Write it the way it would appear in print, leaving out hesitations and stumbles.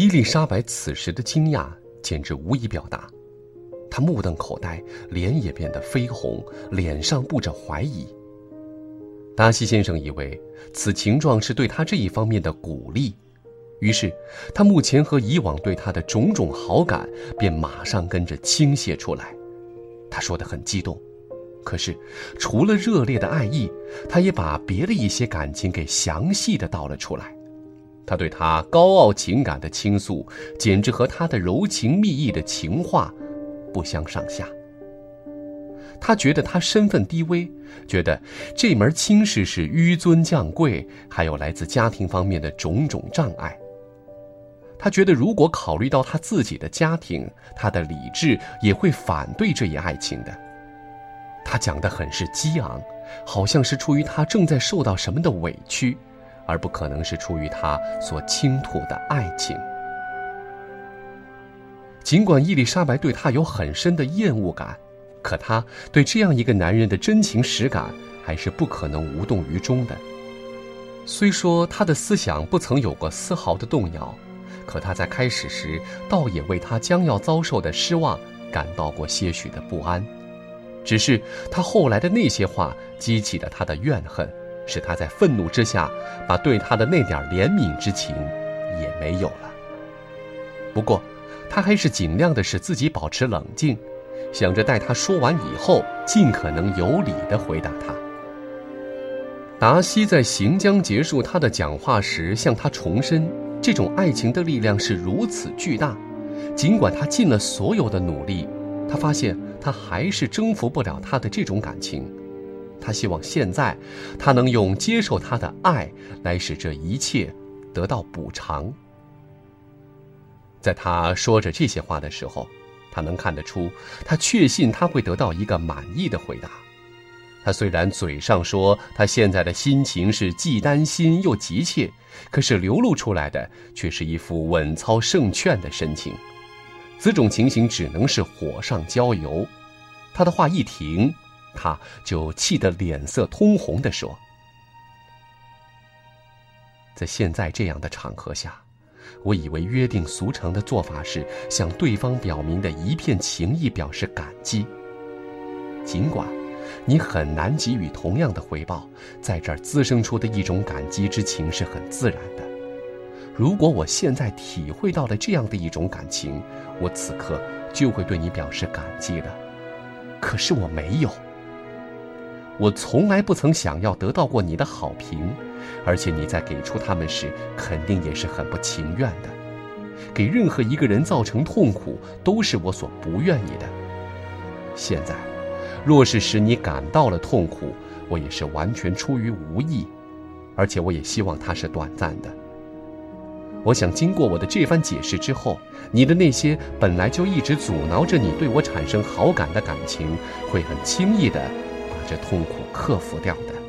丽莎白此时的惊讶简直无以表达，她目瞪口呆，脸也变得绯红，脸上布着怀疑。达西先生以为此情状是对他这一方面的鼓励，于是他目前和以往对他的种种好感便马上跟着倾泻出来。他说得很激动，可是除了热烈的爱意，他也把别的一些感情给详细的道了出来。他对他高傲情感的倾诉，简直和他的柔情蜜意的情话不相上下。他觉得他身份低微，觉得这门亲事是纡尊降贵，还有来自家庭方面的种种障碍。他觉得如果考虑到他自己的家庭，他的理智也会反对这一爱情的。他讲得很是激昂，好像是出于他正在受到什么的委屈，而不可能是出于他所倾吐的爱情。尽管伊丽莎白对他有很深的厌恶感，可他对这样一个男人的真情实感还是不可能无动于衷的。虽说他的思想不曾有过丝毫的动摇，可他在开始时倒也为他将要遭受的失望感到过些许的不安。只是他后来的那些话激起了他的怨恨，使他在愤怒之下把对他的那点怜悯之情也没有了。不过他还是尽量的使自己保持冷静，想着待他说完以后尽可能有理地回答他。达西在行将结束他的讲话时向他重申，这种爱情的力量是如此巨大，尽管他尽了所有的努力，他发现他还是征服不了他的这种感情。他希望现在他能用接受他的爱来使这一切得到补偿。在他说着这些话的时候，他能看得出他确信他会得到一个满意的回答。他虽然嘴上说他现在的心情是既担心又急切，可是流露出来的却是一副稳操胜券的神情。此种情形只能是火上浇油。他的话一停，他就气得脸色通红地说，在现在这样的场合下，我以为约定俗成的做法是向对方表明的一片情意表示感激。尽管你很难给予同样的回报，在这儿滋生出的一种感激之情是很自然的。如果我现在体会到了这样的一种感情，我此刻就会对你表示感激了。可是我没有。我从来不曾想要得到过你的好评，而且你在给出他们时肯定也是很不情愿的。给任何一个人造成痛苦都是我所不愿意的。现在若是使你感到了痛苦，我也是完全出于无意，而且我也希望它是短暂的。我想经过我的这番解释之后，你的那些本来就一直阻挠着你对我产生好感的感情，会很轻易地把这痛苦克服掉的。